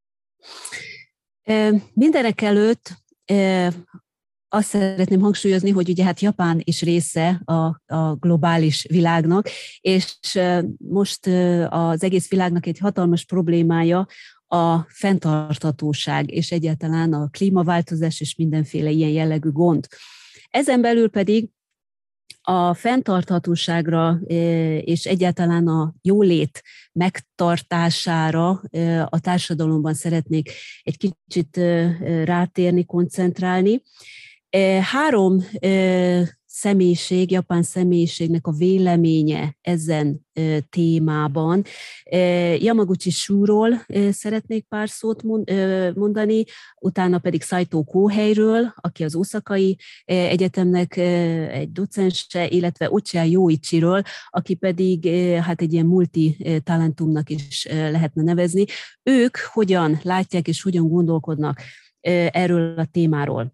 Mindenek előtt azt szeretném hangsúlyozni, hogy ugye hát Japán is része a globális világnak, és most az egész világnak egy hatalmas problémája a fenntarthatóság, és egyáltalán a klímaváltozás és mindenféle ilyen jellegű gond. Ezen belül pedig a fenntarthatóságra és egyáltalán a jólét megtartására a társadalomban szeretnék egy kicsit rátérni, koncentrálni. 3 személyiség, japán személyiségnek a véleménye ezen témában. Yamaguchi Shuról szeretnék pár szót mondani, utána pedig Saito Koheiről, aki az Oszakai Egyetemnek egy docense, illetve Ochiha Yoichiről, aki pedig hát egy ilyen multitalentumnak is lehetne nevezni. Ők hogyan látják és hogyan gondolkodnak erről a témáról?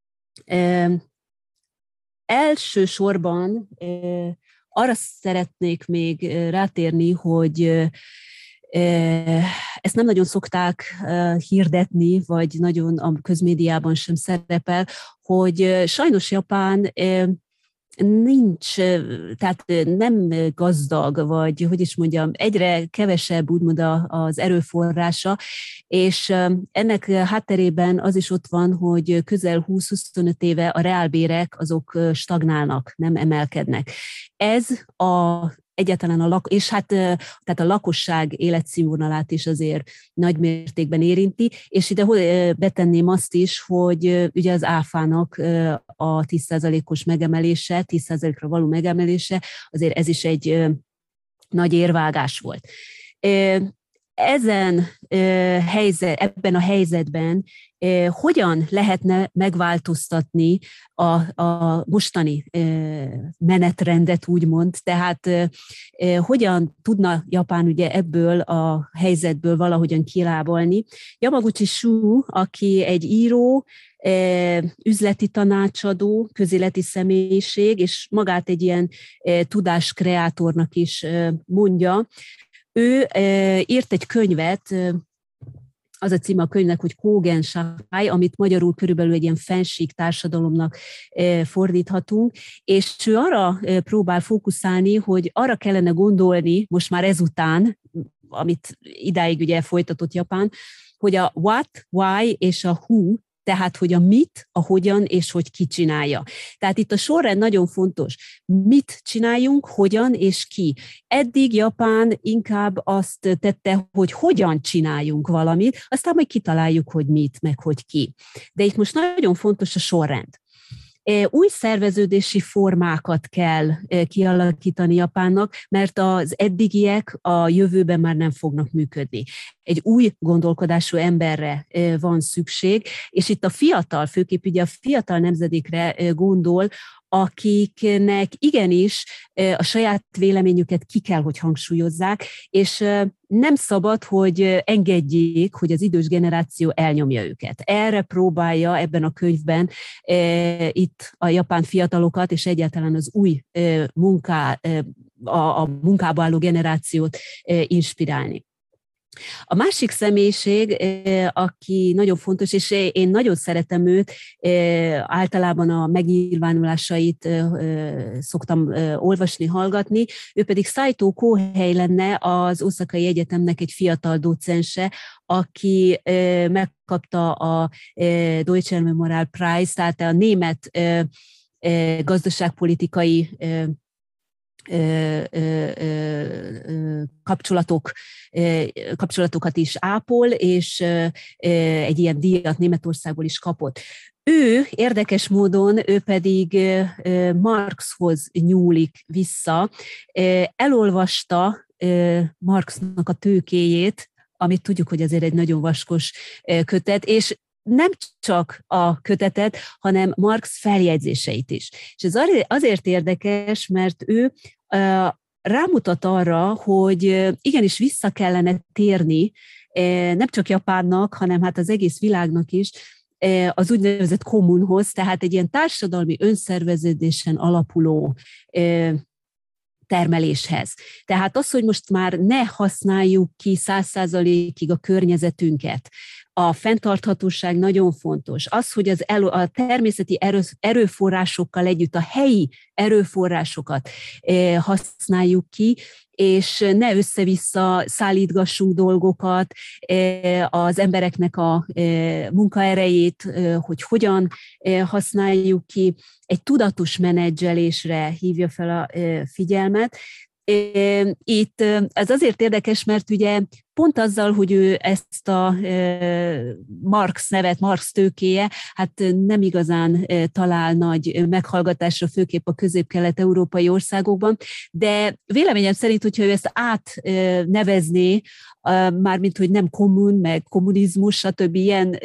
Elsősorban arra szeretnék még rátérni, hogy ezt nem nagyon szokták hirdetni, vagy nagyon a közmédiában sem szerepel, hogy sajnos Japán nincs, tehát nem gazdag, vagy hogy is mondjam, egyre kevesebb úgymond az erőforrása, és ennek hátterében az is ott van, hogy közel 20-25 éve a reálbérek azok stagnálnak, nem emelkednek. Ez egyáltalán és hát tehát a lakosság életszínvonalát is azért nagy mértékben érinti, és ide betenném azt is, hogy ugye az áfának a 10%-os megemelése, 10%-ra való megemelése, azért ez is egy nagy érvágás volt. ebben a helyzetben hogyan lehetne megváltoztatni a mostani menetrendet, úgymond, tehát hogyan tudna Japán ugye ebből a helyzetből valahogyan kilábalni. Yamaguchi Shu, aki egy író, üzleti tanácsadó, közéleti személyiség, és magát egy ilyen tudáskreátornak is mondja. Ő írt egy könyvet, az a címe a könyvnek, hogy Kōgen Shakai, amit magyarul körülbelül egy ilyen fensík társadalomnak fordíthatunk, és ő arra próbál fókuszálni, hogy arra kellene gondolni, most már ezután, amit idáig ugye folytatott Japán, hogy a what, why és a who, tehát, hogy a mit, a hogyan és hogy ki csinálja. Tehát itt a sorrend nagyon fontos. Mit csináljunk, hogyan és ki. Eddig Japán inkább azt tette, hogy hogyan csináljunk valamit, aztán majd kitaláljuk, hogy mit, meg hogy ki. De itt most nagyon fontos a sorrend. Új szerveződési formákat kell kialakítani Japánnak, mert az eddigiek a jövőben már nem fognak működni. Egy új gondolkodású emberre van szükség, és itt a fiatal, főképp ugye a fiatal nemzedékre gondol, akiknek igenis a saját véleményüket ki kell, hogy hangsúlyozzák, és nem szabad, hogy engedjék, hogy az idős generáció elnyomja őket. Erre próbálja ebben a könyvben itt a japán fiatalokat, és egyáltalán az új a munkába álló generációt inspirálni. A másik személyiség, aki nagyon fontos, és én nagyon szeretem őt, általában a megnyilvánulásait szoktam olvasni, hallgatni, ő pedig Saito Kohei lenne, az Oszakai Egyetemnek egy fiatal docense, aki megkapta a Deutsche Memorial Prize, tehát a német gazdaságpolitikai kapcsolatokat is ápol, és egy ilyen díjat Németországból is kapott. Ő érdekes módon, ő pedig Marxhoz nyúlik vissza, elolvasta Marxnak a Tőkéjét, amit tudjuk, hogy azért egy nagyon vaskos kötet, és nem csak a kötetet, hanem Marx feljegyzéseit is. És ez azért érdekes, mert ő rámutat arra, hogy igenis vissza kellene térni, nem csak Japánnak, hanem hát az egész világnak is, az úgynevezett kommunhoz, tehát egy ilyen társadalmi önszerveződésen alapuló termeléshez. Tehát az, hogy most már ne használjuk ki 100%-ig a környezetünket, a fenntarthatóság nagyon fontos. Az, hogy a természeti erőforrásokkal együtt a helyi erőforrásokat használjuk ki, és ne össze-vissza szállítgassunk dolgokat, az embereknek a munkaerejét, hogy hogyan használjuk ki, egy tudatos menedzselésre hívja fel a figyelmet. Itt ez azért érdekes, mert ugye pont azzal, hogy ő ezt a Marx nevet, Marx tőkéje, hát nem igazán talál nagy meghallgatásra, főképp a közép-kelet-európai országokban, de véleményem szerint, hogyha ő ezt átnevezné, mármint, hogy nem kommun, meg kommunizmus, stb. Ilyen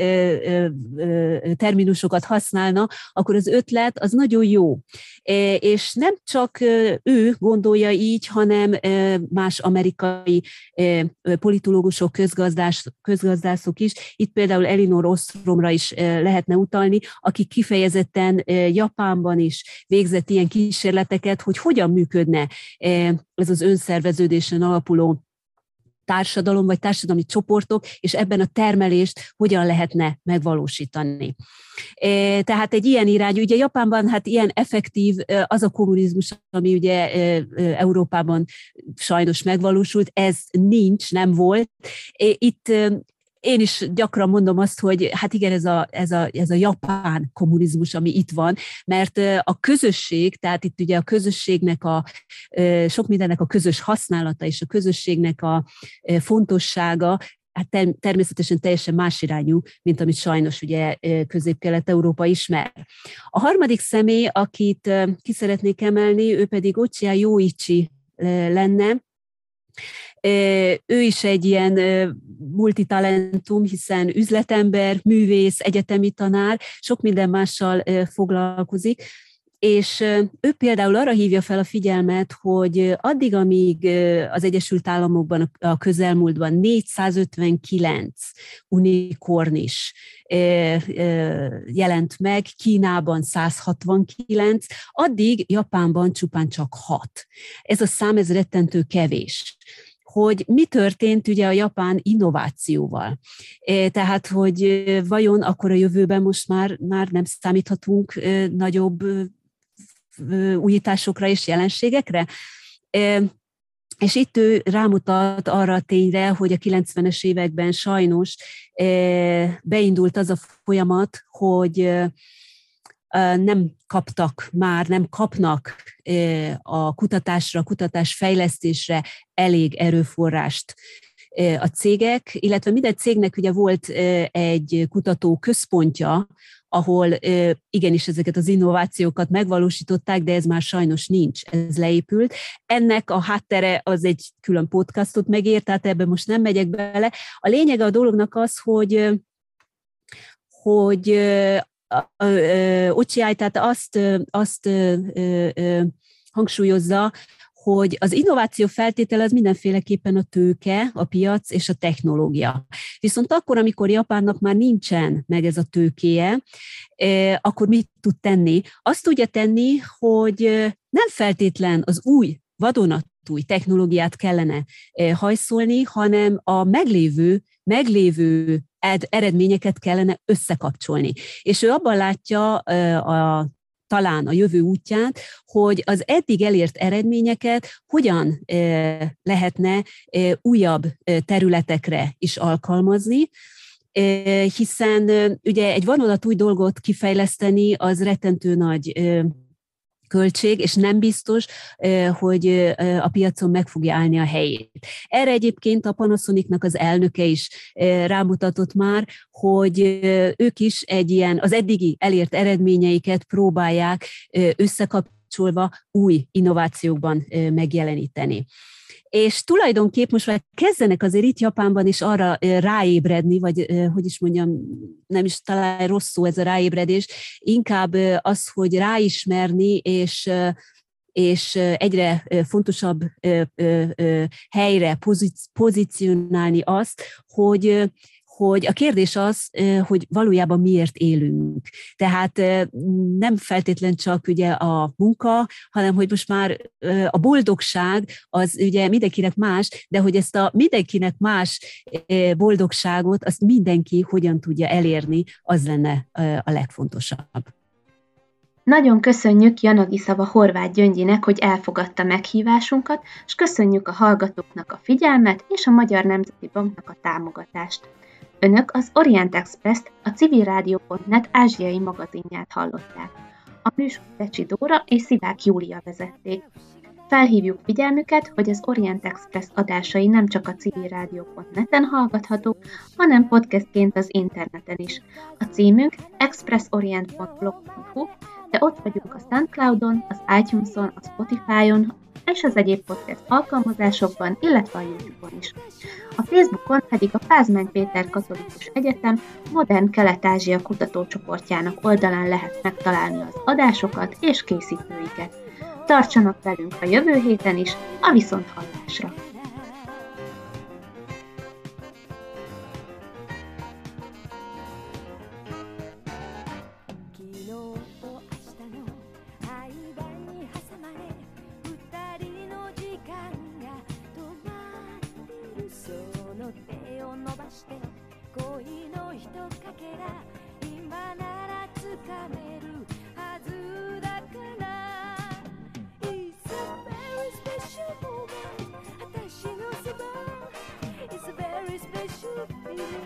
terminusokat használna, akkor az ötlet az nagyon jó. És nem csak ő gondolja így, hanem más amerikai politológusok, közgazdászok is. Itt például Elinor Ostromra is lehetne utalni, aki kifejezetten Japánban is végzett ilyen kísérleteket, hogy hogyan működne ez az önszerveződésen alapuló társadalom, vagy társadalmi csoportok, és ebben a termelést hogyan lehetne megvalósítani. Tehát egy ilyen irányú, ugye Japánban hát ilyen effektív az a kommunizmus, ami ugye Európában sajnos megvalósult, ez nincs, nem volt. Itt én is gyakran mondom azt, hogy hát igen, ez a japán kommunizmus, ami itt van, mert a közösség, tehát itt ugye a közösségnek sok mindennek a közös használata és a közösségnek a fontossága, hát természetesen teljesen más irányú, mint amit sajnos ugye Közép-Kelet-Európa ismer. A harmadik személy, akit ki szeretnék emelni, ő pedig Ochiai Yoichi lenne, Ő is egy ilyen multitalentum, hiszen üzletember, művész, egyetemi tanár, sok minden mással foglalkozik, és ő például arra hívja fel a figyelmet, hogy addig, amíg az Egyesült Államokban a közelmúltban 459 unikornis jelent meg, Kínában 169, addig Japánban csupán csak 6. Ez a szám, ez rettentő kevés. Hogy mi történt ugye a japán innovációval. Tehát, hogy vajon akkor a jövőben most már nem számíthatunk nagyobb újításokra és jelenségekre? És itt ő rámutat arra a tényre, hogy a 90-es években sajnos beindult az a folyamat, hogy nem kapnak a kutatásra, a kutatásfejlesztésre elég erőforrást a cégek, illetve minden cégnek ugye volt egy kutató központja, ahol igenis ezeket az innovációkat megvalósították, de ez már sajnos nincs, ez leépült. Ennek a háttere az egy külön podcastot megér, tehát ebben most nem megyek bele. A lényege a dolognak az, hogy Ochiai tehát azt hangsúlyozza, hogy az innováció feltétele az mindenféleképpen a tőke, a piac és a technológia. Viszont akkor, amikor Japánnak már nincsen meg ez a tőkéje, akkor mit tud tenni? Azt tudja tenni, hogy nem feltétlen az új, vadonatúj technológiát kellene hajszolni, hanem a meglévő eredményeket kellene összekapcsolni. És ő abban látja talán a jövő útját, hogy az eddig elért eredményeket hogyan lehetne újabb területekre is alkalmazni, hiszen ugye egy vadonatúj dolgot kifejleszteni az rettentő nagy költség, és nem biztos, hogy a piacon meg fogja állni a helyét. Erre egyébként a Panasonicnak az elnöke is rámutatott már, hogy ők is az eddigi elért eredményeiket próbálják összekapcsolva új innovációkban megjeleníteni. És tulajdonképp most már kezdenek azért itt Japánban is arra ráébredni, vagy hogy is mondjam, nem is talán rossz szó ez a ráébredés, inkább az, hogy ráismerni, és egyre fontosabb helyre pozícionálni azt, hogy a kérdés az, hogy valójában miért élünk. Tehát nem feltétlen csak ugye a munka, hanem hogy most már a boldogság az ugye mindenkinek más, de hogy ezt a mindenkinek más boldogságot, azt mindenki hogyan tudja elérni, az lenne a legfontosabb. Nagyon köszönjük Janagiszava Horváth Gyöngyinek, hogy elfogadta meghívásunkat, és köszönjük a hallgatóknak a figyelmet és a Magyar Nemzeti Banknak a támogatást. Önök az Orient Express-t, a civilrádió.net ázsiai magazinját hallották. A műsor Decsi Dóra és Szivák Júlia vezették. Felhívjuk figyelmüket, hogy az Orient Express adásai nem csak a civilrádió.net-en hallgathatók, hanem podcastként az interneten is. A címünk expressorient.blog.hu, de ott vagyunk a SoundCloudon, az iTunes-on, a Spotify-on, és az egyéb podcast alkalmazásokban, illetve a YouTube-on is. A Facebookon pedig a Pázmány Péter Katolikus Egyetem Modern Kelet-Ázsia kutatócsoportjának oldalán lehet megtalálni az adásokat és készítőiket. Tartsanak velünk a jövő héten is, a viszonthallásra! It's a very special feeling.